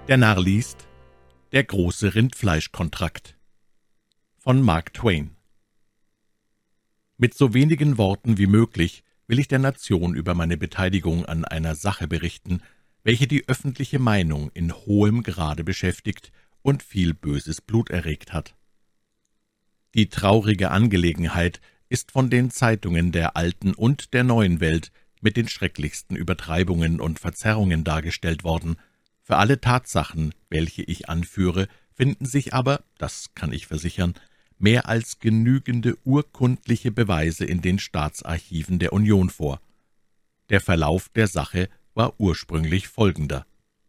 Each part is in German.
Der Narr liest Der große Rindfleischkontrakt von Mark Twain. Mit so wenigen Worten wie möglich will ich der Nation über meine Beteiligung an einer Sache berichten, welche die öffentliche Meinung in hohem Grade beschäftigt und viel böses Blut erregt hat. Die traurige Angelegenheit ist von den Zeitungen der alten und der neuen Welt mit den schrecklichsten Übertreibungen und Verzerrungen dargestellt worden. Für alle Tatsachen, welche ich anführe, finden sich aber, das kann ich versichern, mehr als genügende urkundliche Beweise in den Staatsarchiven der Union vor. Der Verlauf der Sache war ursprünglich folgender.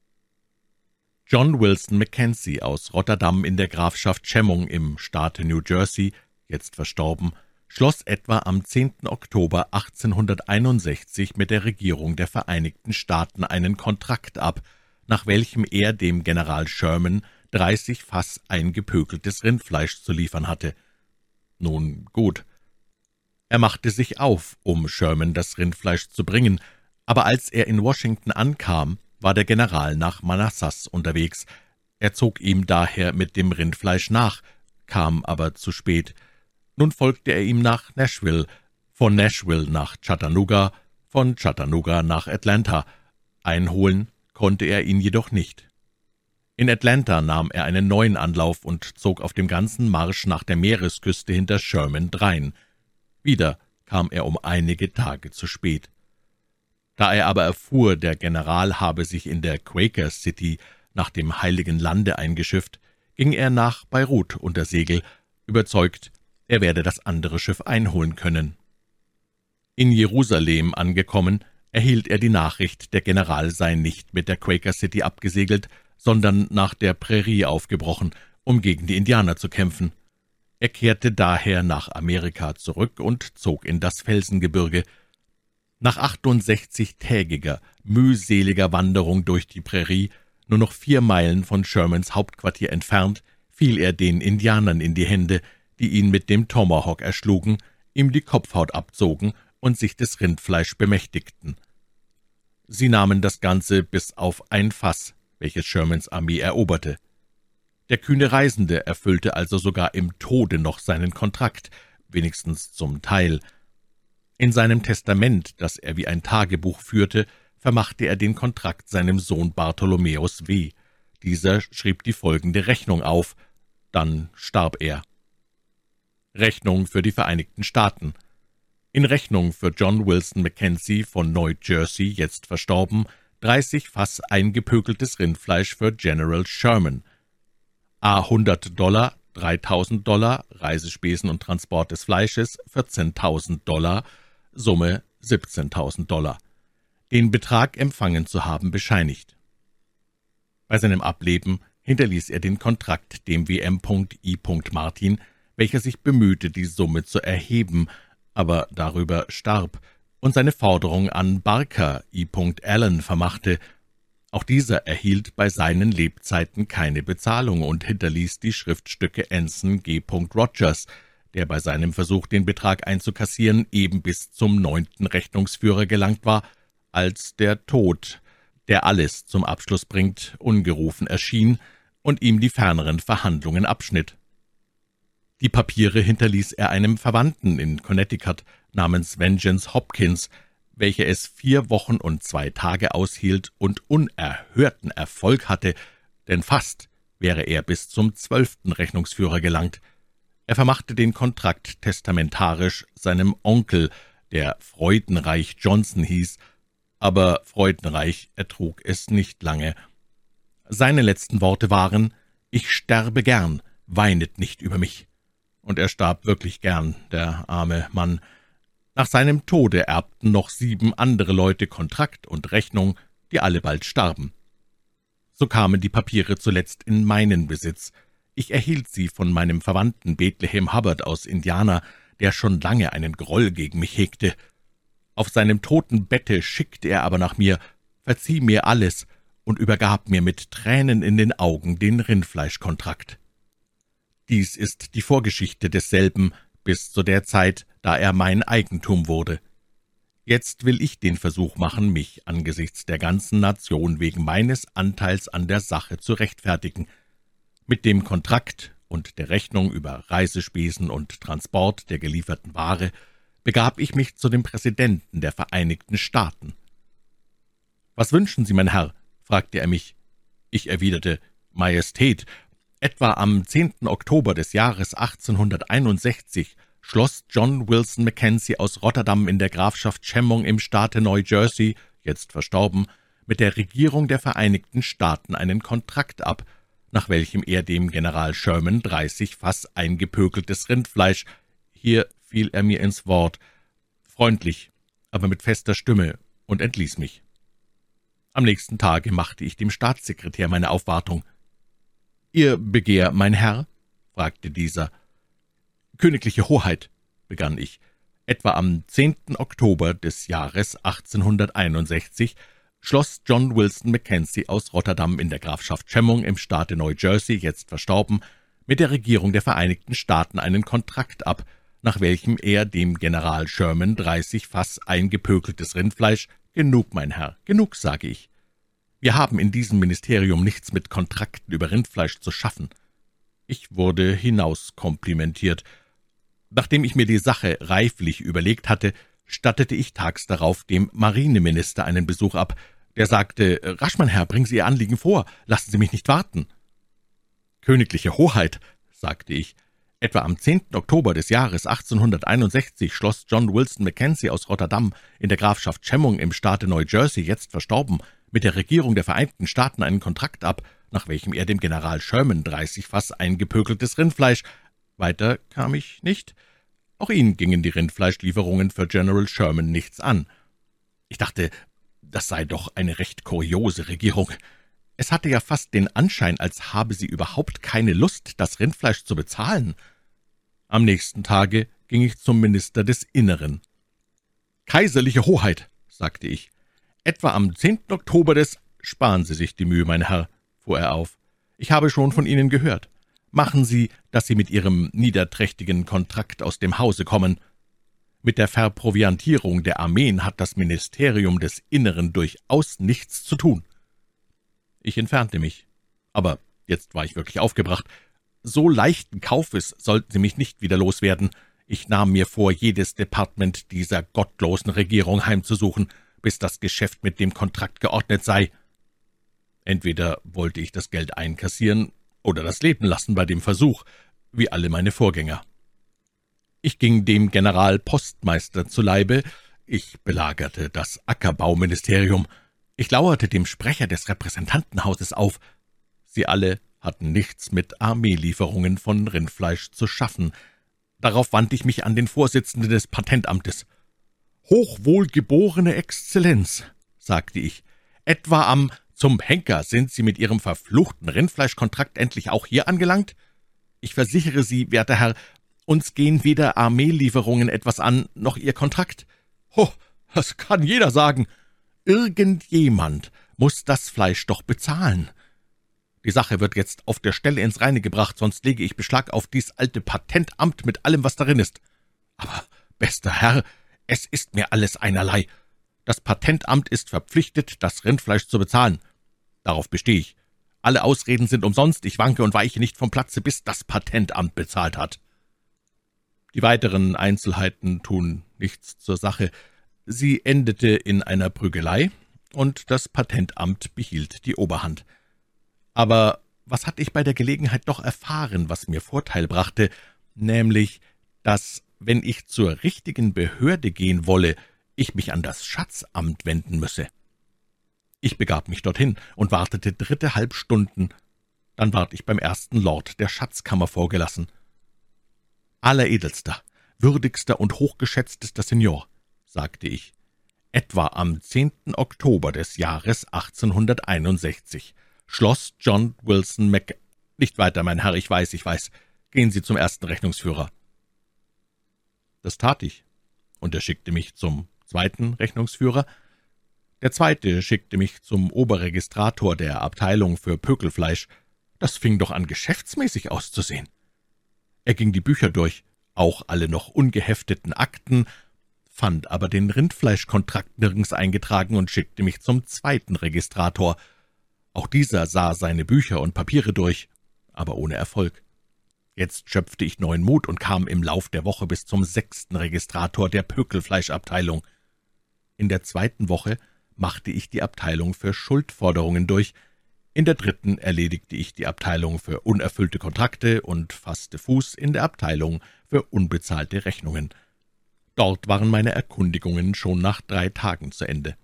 John Wilson Mackenzie aus Rotterdam in der Grafschaft Chemung im Staate New Jersey, jetzt verstorben, schloss etwa am 10. Oktober 1861 mit der Regierung der Vereinigten Staaten einen Kontrakt ab, nach welchem er dem General Sherman 30 Fass eingepökeltes Rindfleisch zu liefern hatte. Nun gut, er machte sich auf, um Sherman das Rindfleisch zu bringen, aber als er in Washington ankam, war der General nach Manassas unterwegs. Er zog ihm daher mit dem Rindfleisch nach, kam aber zu spät. Nun folgte er ihm nach Nashville, von Nashville nach Chattanooga, von Chattanooga nach Atlanta. Einholen konnte er ihn jedoch nicht. In Atlanta nahm er einen neuen Anlauf und zog auf dem ganzen Marsch nach der Meeresküste hinter Sherman drein. Wieder kam er um einige Tage zu spät. Da er aber erfuhr, der General habe sich in der Quaker City nach dem Heiligen Lande eingeschifft, ging er nach Beirut unter Segel, überzeugt, er werde das andere Schiff einholen können. In Jerusalem angekommen, erhielt er die Nachricht, der General sei nicht mit der Quaker City abgesegelt, sondern nach der Prärie aufgebrochen, um gegen die Indianer zu kämpfen. Er kehrte daher nach Amerika zurück und zog in das Felsengebirge. Nach 68-tägiger, mühseliger Wanderung durch die Prärie, nur noch 4 Meilen von Shermans Hauptquartier entfernt, fiel er den Indianern in die Hände, die ihn mit dem Tomahawk erschlugen, ihm die Kopfhaut abzogen und sich des Rindfleisch bemächtigten. Sie nahmen das Ganze bis auf ein Fass, welches Shermans Armee eroberte. Der kühne Reisende erfüllte also sogar im Tode noch seinen Kontrakt, wenigstens zum Teil. In seinem Testament, das er wie ein Tagebuch führte, vermachte er den Kontrakt seinem Sohn Bartholomäus W. Dieser schrieb die folgende Rechnung auf, dann starb er. Rechnung für die Vereinigten Staaten. In Rechnung für John Wilson Mackenzie von Neu Jersey, jetzt verstorben, 30 Fass eingepökeltes Rindfleisch für General Sherman. $100, $3.000, Reisespesen und Transport des Fleisches, $14.000, Summe $17.000. Den Betrag empfangen zu haben bescheinigt. Bei seinem Ableben hinterließ er den Kontrakt dem W.M.I. Martin, welcher sich bemühte, die Summe zu erheben, aber darüber starb und seine Forderung an Barker I. Allen vermachte. Auch dieser erhielt bei seinen Lebzeiten keine Bezahlung und hinterließ die Schriftstücke Anson G. Rogers, der bei seinem Versuch, den Betrag einzukassieren, eben bis zum 9. Rechnungsführer gelangt war, als der Tod, der alles zum Abschluss bringt, ungerufen erschien und ihm die ferneren Verhandlungen abschnitt. Die Papiere hinterließ er einem Verwandten in Connecticut namens Vengeance Hopkins, welcher es 4 Wochen und 2 Tage aushielt und unerhörten Erfolg hatte, denn fast wäre er bis zum 12. Rechnungsführer gelangt. Er vermachte den Kontrakt testamentarisch seinem Onkel, der Freudenreich Johnson hieß, aber Freudenreich ertrug es nicht lange. Seine letzten Worte waren: »Ich sterbe gern, weinet nicht über mich.« Und er starb wirklich gern, der arme Mann. Nach seinem Tode erbten noch 7 andere Leute Kontrakt und Rechnung, die alle bald starben. So kamen die Papiere zuletzt in meinen Besitz. Ich erhielt sie von meinem Verwandten Bethlehem Hubbard aus Indiana, der schon lange einen Groll gegen mich hegte. Auf seinem Totenbette schickte er aber nach mir, verzieh mir alles und übergab mir mit Tränen in den Augen den Rindfleischkontrakt. Dies ist die Vorgeschichte desselben bis zu der Zeit, da er mein Eigentum wurde. Jetzt will ich den Versuch machen, mich angesichts der ganzen Nation wegen meines Anteils an der Sache zu rechtfertigen. Mit dem Kontrakt und der Rechnung über Reisespesen und Transport der gelieferten Ware begab ich mich zu dem Präsidenten der Vereinigten Staaten. »Was wünschen Sie, mein Herr?« fragte er mich. Ich erwiderte, »Majestät, etwa am 10. Oktober des Jahres 1861 schloss John Wilson Mackenzie aus Rotterdam in der Grafschaft Chemung im Staate New Jersey, jetzt verstorben, mit der Regierung der Vereinigten Staaten einen Kontrakt ab, nach welchem er dem General Sherman 30 Fass eingepökeltes Rindfleisch«, hier fiel er mir ins Wort, freundlich, aber mit fester Stimme, und entließ mich. Am nächsten Tage machte ich dem Staatssekretär meine Aufwartung. »Ihr Begehr, mein Herr?« fragte dieser. »Königliche Hoheit«, begann ich, »etwa am 10. Oktober des Jahres 1861 schloss John Wilson Mackenzie aus Rotterdam in der Grafschaft Chemung im Staate New Jersey, jetzt verstorben, mit der Regierung der Vereinigten Staaten einen Kontrakt ab, nach welchem er dem General Sherman 30 Fass eingepökeltes Rindfleisch, »Genug, mein Herr, genug, sage ich. Wir haben in diesem Ministerium nichts mit Kontrakten über Rindfleisch zu schaffen.« Ich wurde hinauskomplimentiert. Nachdem ich mir die Sache reiflich überlegt hatte, stattete ich tags darauf dem Marineminister einen Besuch ab. Der sagte, »Rasch, mein Herr, bringen Sie Ihr Anliegen vor, lassen Sie mich nicht warten.« »Königliche Hoheit«, sagte ich, »etwa am 10. Oktober des Jahres 1861 schloss John Wilson Mackenzie aus Rotterdam in der Grafschaft Chemung im Staate New Jersey, jetzt verstorben, mit der Regierung der Vereinigten Staaten einen Kontrakt ab, nach welchem er dem General Sherman 30 Fass eingepökeltes Rindfleisch. Weiter kam ich nicht. Auch ihn gingen die Rindfleischlieferungen für General Sherman nichts an. Ich dachte, das sei doch eine recht kuriose Regierung. Es hatte ja fast den Anschein, als habe sie überhaupt keine Lust, das Rindfleisch zu bezahlen. Am nächsten Tage ging ich zum Minister des Inneren. »Kaiserliche Hoheit«, sagte ich, »etwa am 10. Oktober des...« »Sparen Sie sich die Mühe, mein Herr«, fuhr er auf. »Ich habe schon von Ihnen gehört. Machen Sie, dass Sie mit Ihrem niederträchtigen Kontrakt aus dem Hause kommen. Mit der Verproviantierung der Armeen hat das Ministerium des Inneren durchaus nichts zu tun.« Ich entfernte mich. Aber jetzt war ich wirklich aufgebracht. So leichten Kaufes sollten Sie mich nicht wieder loswerden. Ich nahm mir vor, jedes Departement dieser gottlosen Regierung heimzusuchen, bis das Geschäft mit dem Kontrakt geordnet sei. Entweder wollte ich das Geld einkassieren oder das Leben lassen bei dem Versuch, wie alle meine Vorgänger. Ich ging dem Generalpostmeister zu Leibe, ich belagerte das Ackerbauministerium, ich lauerte dem Sprecher des Repräsentantenhauses auf. Sie alle hatten nichts mit Armeelieferungen von Rindfleisch zu schaffen. Darauf wandte ich mich an den Vorsitzenden des Patentamtes. »Hochwohlgeborene Exzellenz«, sagte ich, »etwa am »Zum Henker, sind Sie mit Ihrem verfluchten Rindfleischkontrakt endlich auch hier angelangt? Ich versichere Sie, werter Herr, uns gehen weder Armeelieferungen etwas an, noch Ihr Kontrakt. Das kann jeder sagen. Irgendjemand muss das Fleisch doch bezahlen. Die Sache wird jetzt auf der Stelle ins Reine gebracht, sonst lege ich Beschlag auf dies alte Patentamt mit allem, was darin ist. Aber, bester Herr, es ist mir alles einerlei. Das Patentamt ist verpflichtet, das Rindfleisch zu bezahlen. Darauf bestehe ich. Alle Ausreden sind umsonst, ich wanke und weiche nicht vom Platze, bis das Patentamt bezahlt hat.« Die weiteren Einzelheiten tun nichts zur Sache. Sie endete in einer Prügelei, und das Patentamt behielt die Oberhand. Aber was hatte ich bei der Gelegenheit doch erfahren, was mir Vorteil brachte, nämlich, dass, wenn ich zur richtigen Behörde gehen wolle, ich mich an das Schatzamt wenden müsse. Ich begab mich dorthin und wartete 3,5 Stunden. Dann ward ich beim ersten Lord der Schatzkammer vorgelassen. »Alleredelster, würdigster und hochgeschätztester Senior«, sagte ich, »etwa am 10. Oktober des Jahres 1861 schloss John Wilson Nicht weiter, mein Herr, ich weiß. Gehen Sie zum ersten Rechnungsführer.« Das tat ich, und er schickte mich zum zweiten Rechnungsführer. Der zweite schickte mich zum Oberregistrator der Abteilung für Pökelfleisch. Das fing doch an, geschäftsmäßig auszusehen. Er ging die Bücher durch, auch alle noch ungehefteten Akten, fand aber den Rindfleischkontrakt nirgends eingetragen und schickte mich zum zweiten Registrator. Auch dieser sah seine Bücher und Papiere durch, aber ohne Erfolg. Jetzt schöpfte ich neuen Mut und kam im Lauf der Woche bis zum 6. Registrator der Pökelfleischabteilung. In der 2. Woche machte ich die Abteilung für Schuldforderungen durch, in der 3. erledigte ich die Abteilung für unerfüllte Kontrakte und fasste Fuß in der Abteilung für unbezahlte Rechnungen. Dort waren meine Erkundigungen schon nach 3 Tagen zu Ende.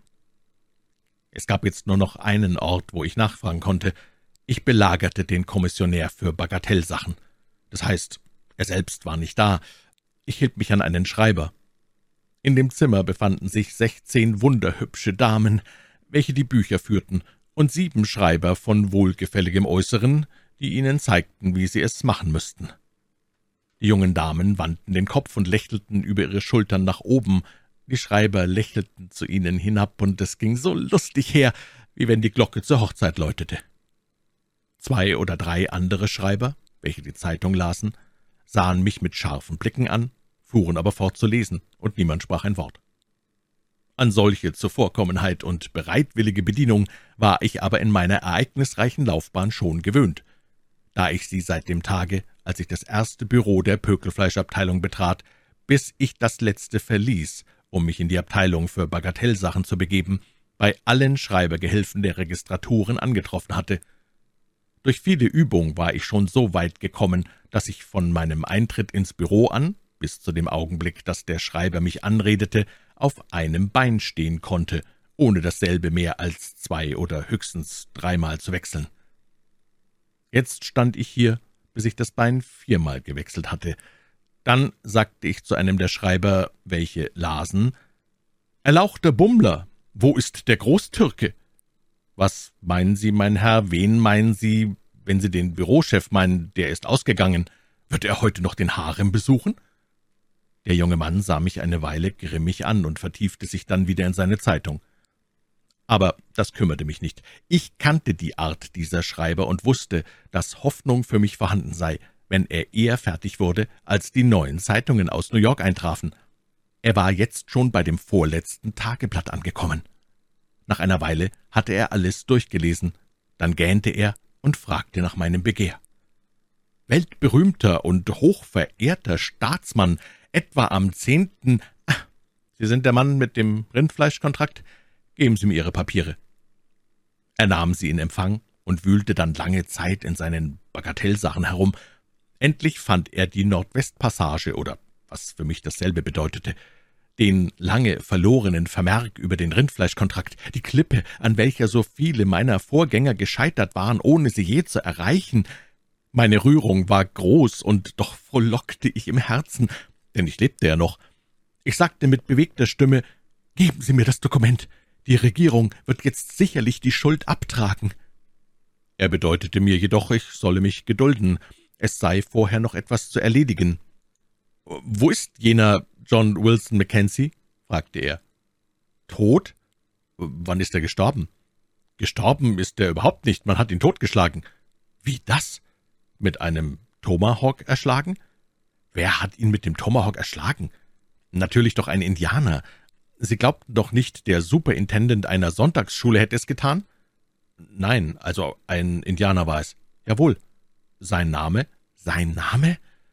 Es gab jetzt nur noch einen Ort, wo ich nachfragen konnte. Ich belagerte den Kommissionär für Bagatellsachen. Das heißt, er selbst war nicht da. Ich hielt mich an einen Schreiber. In dem Zimmer befanden sich 16 wunderhübsche Damen, welche die Bücher führten, und 7 Schreiber von wohlgefälligem Äußeren, die ihnen zeigten, wie sie es machen müssten. Die jungen Damen wandten den Kopf und lächelten über ihre Schultern nach oben, die Schreiber lächelten zu ihnen hinab, und es ging so lustig her, wie wenn die Glocke zur Hochzeit läutete. 2 oder 3 andere Schreiber, welche die Zeitung lasen, sahen mich mit scharfen Blicken an, fuhren aber fort zu lesen, und niemand sprach ein Wort. An solche Zuvorkommenheit und bereitwillige Bedienung war ich aber in meiner ereignisreichen Laufbahn schon gewöhnt, da ich sie seit dem Tage, als ich das erste Büro der Pökelfleischabteilung betrat, bis ich das letzte verließ, um mich in die Abteilung für Bagatellsachen zu begeben, bei allen Schreibergehilfen der Registraturen angetroffen hatte. Durch viele Übung war ich schon so weit gekommen, dass ich von meinem Eintritt ins Büro an, bis zu dem Augenblick, dass der Schreiber mich anredete, auf einem Bein stehen konnte, ohne dasselbe mehr als 2 oder höchstens 3-mal zu wechseln. Jetzt stand ich hier, bis ich das Bein 4-mal gewechselt hatte. Dann sagte ich zu einem der Schreiber, welche lasen: »Erlauchter Bummler, wo ist der Großtürke?« »Was meinen Sie, mein Herr, wen meinen Sie, wenn Sie den Bürochef meinen, der ist ausgegangen? Wird er heute noch den Harem besuchen?« Der junge Mann sah mich eine Weile grimmig an und vertiefte sich dann wieder in seine Zeitung. Aber das kümmerte mich nicht. Ich kannte die Art dieser Schreiber und wusste, dass Hoffnung für mich vorhanden sei, wenn er eher fertig wurde, als die neuen Zeitungen aus New York eintrafen. Er war jetzt schon bei dem vorletzten Tageblatt angekommen. Nach einer Weile hatte er alles durchgelesen. Dann gähnte er und fragte nach meinem Begehr. »Weltberühmter und hochverehrter Staatsmann, etwa am 10. Sie sind der Mann mit dem Rindfleischkontrakt? Geben Sie mir Ihre Papiere.« Er nahm sie in Empfang und wühlte dann lange Zeit in seinen Bagatellsachen herum. Endlich fand er die Nordwestpassage, oder was für mich dasselbe bedeutete, den lange verlorenen Vermerk über den Rindfleischkontrakt, die Klippe, an welcher so viele meiner Vorgänger gescheitert waren, ohne sie je zu erreichen. Meine Rührung war groß, und doch frohlockte ich im Herzen, denn ich lebte ja noch. Ich sagte mit bewegter Stimme: »Geben Sie mir das Dokument. Die Regierung wird jetzt sicherlich die Schuld abtragen.« Er bedeutete mir jedoch, ich solle mich gedulden. Es sei vorher noch etwas zu erledigen. »Wo ist jener John Wilson Mackenzie?« fragte er. »Tot? Wann ist er gestorben?« »Gestorben ist er überhaupt nicht, man hat ihn totgeschlagen.« »Wie das? Mit einem Tomahawk erschlagen?« »Wer hat ihn mit dem Tomahawk erschlagen?« »Natürlich doch ein Indianer. Sie glaubten doch nicht, der Superintendent einer Sonntagsschule hätte es getan?« »Nein, also ein Indianer war es.« »Jawohl.« »Sein Name?« »Sein Name?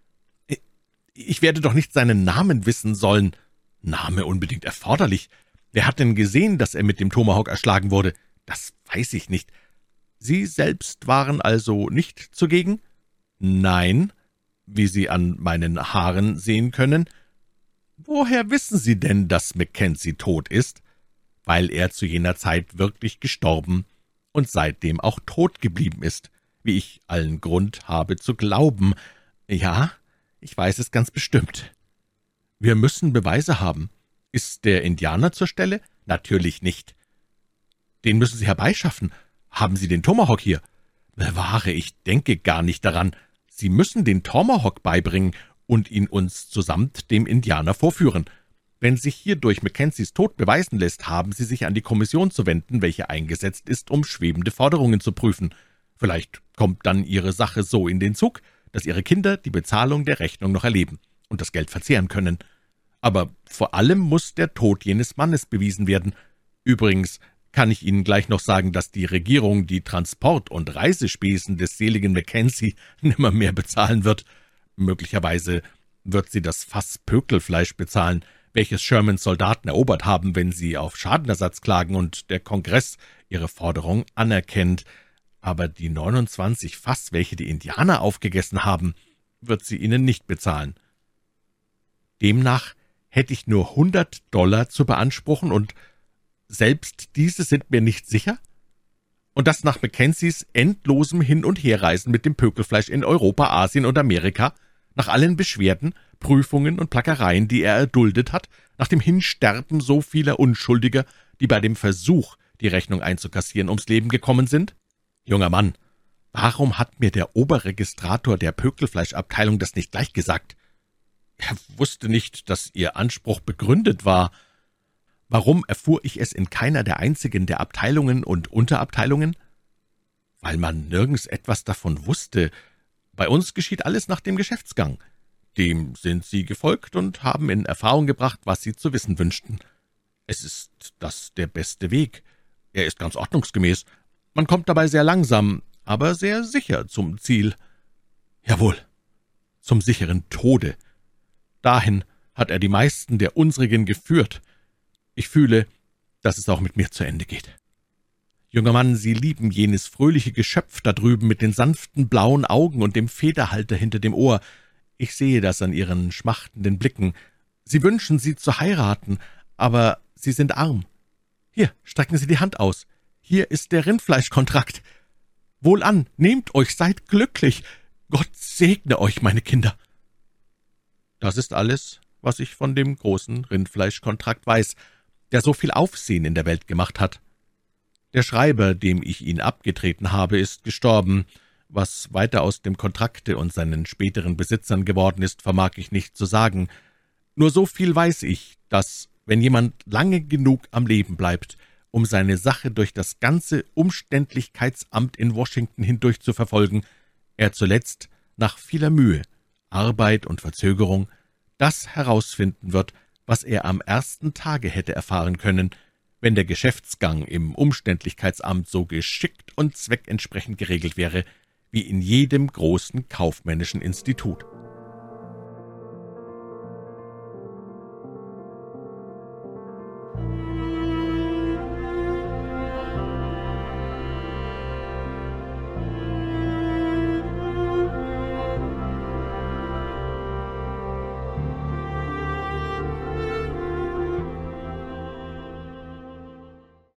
Ich werde doch nicht seinen Namen wissen sollen.« »Name unbedingt erforderlich. Wer hat denn gesehen, dass er mit dem Tomahawk erschlagen wurde?« »Das weiß ich nicht.« »Sie selbst waren also nicht zugegen?« »Nein, wie Sie an meinen Haaren sehen können.« »Woher wissen Sie denn, dass Mackenzie tot ist?« »Weil er zu jener Zeit wirklich gestorben und seitdem auch tot geblieben ist, wie ich allen Grund habe zu glauben. Ja, ich weiß es ganz bestimmt.« »Wir müssen Beweise haben. Ist der Indianer zur Stelle?« »Natürlich nicht.« »Den müssen Sie herbeischaffen. Haben Sie den Tomahawk hier?« »Bewahre, ich denke gar nicht daran. Sie müssen den Tomahawk beibringen und ihn uns zusamt dem Indianer vorführen. Wenn sich hierdurch Mackenzies Tod beweisen lässt, haben Sie sich an die Kommission zu wenden, welche eingesetzt ist, um schwebende Forderungen zu prüfen. Vielleicht kommt dann Ihre Sache so in den Zug, dass Ihre Kinder die Bezahlung der Rechnung noch erleben und das Geld verzehren können. Aber vor allem muss der Tod jenes Mannes bewiesen werden. Übrigens kann ich Ihnen gleich noch sagen, dass die Regierung die Transport- und Reisespesen des seligen Mackenzie nimmermehr bezahlen wird. Möglicherweise wird sie das Fass Pökelfleisch bezahlen, welches Shermans Soldaten erobert haben, wenn sie auf Schadenersatz klagen und der Kongress ihre Forderung anerkennt. Aber die 29 Fass, welche die Indianer aufgegessen haben, wird sie ihnen nicht bezahlen. Demnach hätte ich nur $100 zu beanspruchen, und selbst diese sind mir nicht sicher? Und das nach Mackenzies endlosem Hin- und Herreisen mit dem Pökelfleisch in Europa, Asien und Amerika, nach allen Beschwerden, Prüfungen und Plackereien, die er erduldet hat, nach dem Hinsterben so vieler Unschuldiger, die bei dem Versuch, die Rechnung einzukassieren, ums Leben gekommen sind? Junger Mann, warum hat mir der Oberregistrator der Pökelfleischabteilung das nicht gleich gesagt? Er wusste nicht, dass Ihr Anspruch begründet war. Warum erfuhr ich es in keiner der einzigen der Abteilungen und Unterabteilungen? Weil man nirgends etwas davon wusste. Bei uns geschieht alles nach dem Geschäftsgang. Dem sind Sie gefolgt und haben in Erfahrung gebracht, was Sie zu wissen wünschten. Es ist das der beste Weg. Er ist ganz ordnungsgemäß. Man kommt dabei sehr langsam, aber sehr sicher zum Ziel. Jawohl, zum sicheren Tode. Dahin hat er die meisten der unsrigen geführt. Ich fühle, dass es auch mit mir zu Ende geht. Junger Mann, Sie lieben jenes fröhliche Geschöpf da drüben mit den sanften blauen Augen und dem Federhalter hinter dem Ohr. Ich sehe das an Ihren schmachtenden Blicken. Sie wünschen, sie zu heiraten, aber Sie sind arm. Hier, strecken Sie die Hand aus. Hier ist der Rindfleischkontrakt. Wohlan, nehmt euch, seid glücklich. Gott segne euch, meine Kinder. Das ist alles, was ich von dem großen Rindfleischkontrakt weiß, der so viel Aufsehen in der Welt gemacht hat. Der Schreiber, dem ich ihn abgetreten habe, ist gestorben. Was weiter aus dem Kontrakte und seinen späteren Besitzern geworden ist, vermag ich nicht zu sagen. Nur so viel weiß ich, dass, wenn jemand lange genug am Leben bleibt, um seine Sache durch das ganze Umständlichkeitsamt in Washington hindurch zu verfolgen, er zuletzt nach vieler Mühe, Arbeit und Verzögerung das herausfinden wird, was er am ersten Tage hätte erfahren können, wenn der Geschäftsgang im Umständlichkeitsamt so geschickt und zweckentsprechend geregelt wäre, wie in jedem großen kaufmännischen Institut.